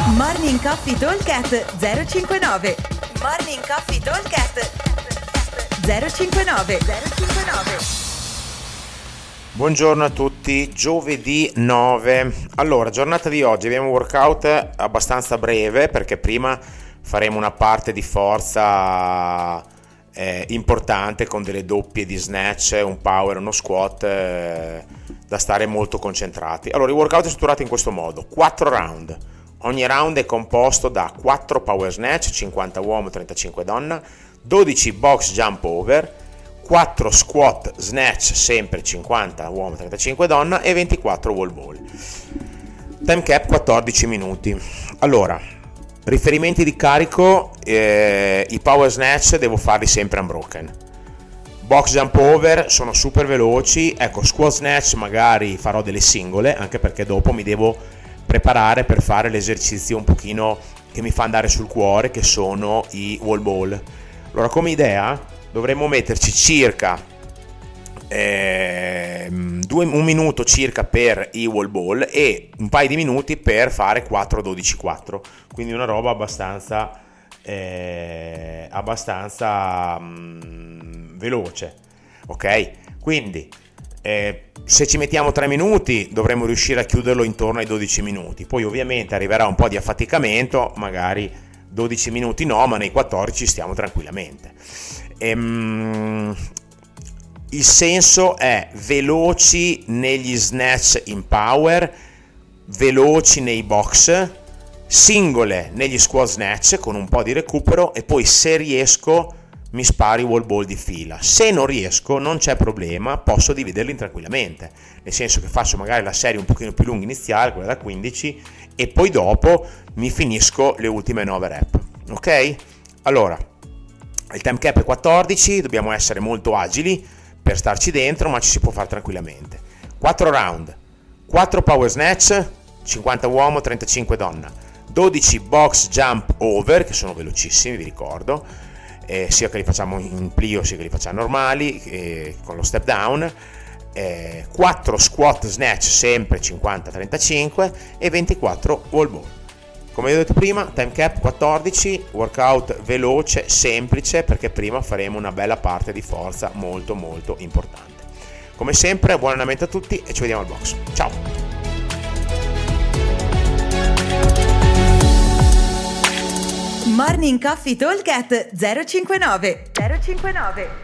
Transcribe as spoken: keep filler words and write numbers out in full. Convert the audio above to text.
Morning Coffee Talkcast zero cinquantanove. Morning Coffee Talkcast zero cinquantanove. zero cinquantanove. Buongiorno a tutti, giovedì nove. Allora, giornata di oggi abbiamo un workout abbastanza breve perché prima faremo una parte di forza eh, importante con delle doppie di snatch, un power, uno squat eh, da stare molto concentrati. Allora, il workout è strutturato in questo modo: quattro round. Ogni round è composto da quattro power snatch, cinquanta uomo, trentacinque donna, dodici box jump over, quattro squat snatch, sempre cinquanta uomo, trentacinque donna, e ventiquattro wall ball. Time cap quattordici minuti. Allora, riferimenti di carico, eh, i power snatch devo farli sempre unbroken. Box jump over sono super veloci. Ecco, squat snatch magari farò delle singole, anche perché dopo mi devo preparare per fare l'esercizio un pochino che mi fa andare sul cuore, che sono i wall ball. Allora, come idea dovremmo metterci circa eh, due, un minuto circa per i wall ball e un paio di minuti per fare quattro dodici quattro, quindi una roba abbastanza eh, abbastanza mh, veloce, ok? Quindi Eh, se ci mettiamo tre minuti dovremmo riuscire a chiuderlo intorno ai dodici minuti, poi ovviamente arriverà un po' di affaticamento, magari dodici minuti no, ma nei quattordici stiamo tranquillamente. Ehm, il senso è veloci negli snatch in power, veloci nei box, singole negli squat snatch con un po' di recupero, e poi se riesco mi spari wall ball di fila. Se non riesco non c'è problema, posso dividerli tranquillamente, nel senso che faccio magari la serie un pochino più lunga iniziale, quella da quindici, e poi dopo mi finisco le ultime nove rep, ok? Allora, il time cap è quattordici, dobbiamo essere molto agili per starci dentro, ma ci si può fare tranquillamente. quattro round, quattro power snatch, cinquanta uomo, trentacinque donna, dodici box jump over, che sono velocissimi, vi ricordo, Eh, sia che li facciamo in plio sia che li facciamo normali, eh, con lo step down, eh, quattro squat snatch sempre cinquanta trentacinque e ventiquattro wall ball. Come vi ho detto prima, time cap quattordici, workout veloce, semplice, perché prima faremo una bella parte di forza molto molto importante. Come sempre, buon allenamento a tutti e ci vediamo al box. Ciao! Morning Coffee Talkcast zero cinquantanove. zero cinquantanove.